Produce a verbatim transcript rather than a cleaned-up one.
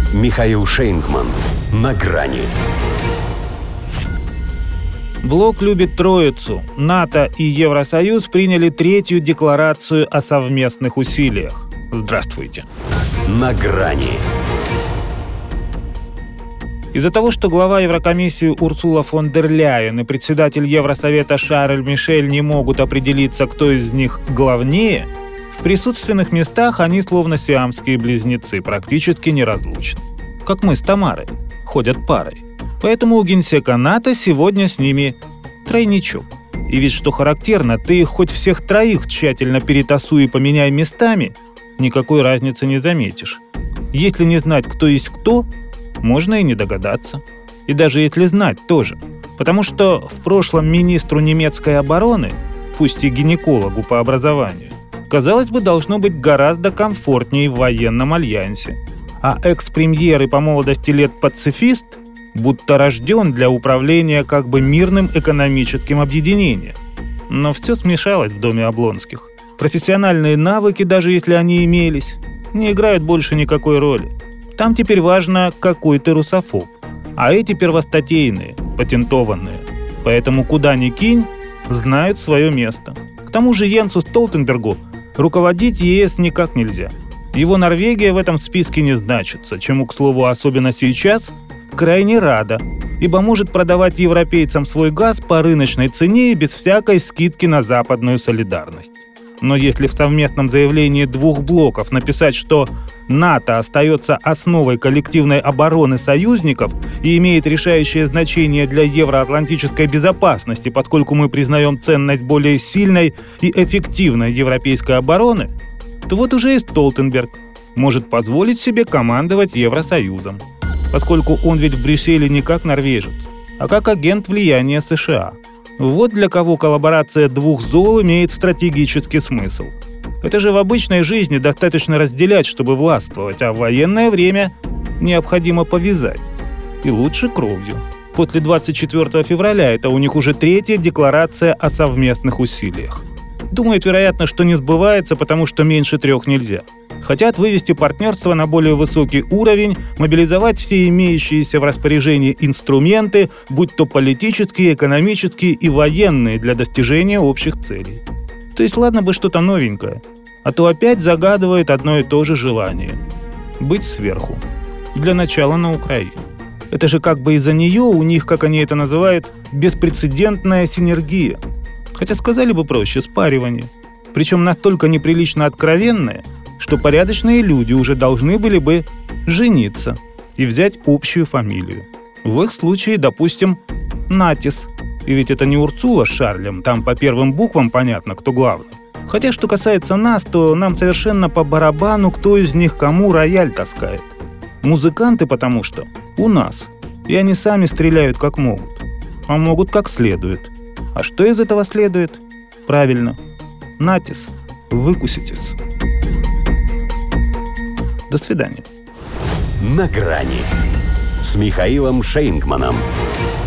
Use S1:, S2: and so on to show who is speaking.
S1: Михаил Шейнгман. На грани.
S2: Блок любит троицу. НАТО и Евросоюз приняли третью декларацию о совместных усилиях. Здравствуйте.
S1: На грани.
S2: Из-за того, что глава Еврокомиссии Урсула фон дер Ляйен и председатель Евросовета Шарль Мишель не могут определиться, кто из них главнее, в присутственных местах они словно сиамские близнецы, практически неразлучны. Как мы с Тамарой, ходят парой. Поэтому у генсека НАТО сегодня с ними тройничок. И ведь что характерно, ты их хоть всех троих тщательно перетасуй и поменяй местами, никакой разницы не заметишь. Если не знать, кто есть кто, можно и не догадаться. И даже если знать тоже. Потому что в прошлом министру немецкой обороны, пусть и гинекологу по образованию, казалось бы, должно быть гораздо комфортнее в военном альянсе. А экс-премьер и по молодости лет пацифист будто рожден для управления как бы мирным экономическим объединением. Но все смешалось в доме Облонских. Профессиональные навыки, даже если они имелись, не играют больше никакой роли. Там теперь важно, какой ты русофоб. А эти первостатейные, патентованные. Поэтому куда ни кинь, знают свое место. К тому же Йенсу Столтенбергу руководить ЕС никак нельзя. Его Норвегия в этом списке не значится, чему, к слову, особенно сейчас, крайне рада, ибо может продавать европейцам свой газ по рыночной цене и без всякой скидки на западную солидарность. Но если в совместном заявлении двух блоков написать, что НАТО остается основой коллективной обороны союзников и имеет решающее значение для евроатлантической безопасности, поскольку мы признаем ценность более сильной и эффективной европейской обороны, то вот уже и Столтенберг может позволить себе командовать Евросоюзом, поскольку он ведь в Брюсселе не как норвежец, а как агент влияния США. Вот для кого коллаборация двух зол имеет стратегический смысл. Это же в обычной жизни достаточно разделять, чтобы властвовать, а в военное время необходимо повязать. И лучше кровью. После двадцать четвёртого февраля это у них уже третья декларация о совместных усилиях. Думают, вероятно, что не сбывается, потому что меньше трех нельзя. Хотят вывести партнерство на более высокий уровень, мобилизовать все имеющиеся в распоряжении инструменты, будь то политические, экономические и военные, для достижения общих целей. То есть ладно бы что-то новенькое, а то опять загадывает одно и то же желание – быть сверху. Для начала на Украине. Это же как бы из-за нее у них, как они это называют, беспрецедентная синергия. Хотя сказали бы проще – спаривание. Причем настолько неприлично откровенное, что порядочные люди уже должны были бы жениться и взять общую фамилию. В их случае, допустим, Натис. И ведь это не Урсула с Шарлем, там по первым буквам понятно, кто главный. Хотя, что касается нас, то нам совершенно по барабану, кто из них кому рояль таскает. Музыканты потому что у нас, и они сами стреляют как могут, а могут как следует. А что из этого следует? Правильно, Натис, выкуситесь. До свидания.
S1: На грани с Михаилом Шейнгманом.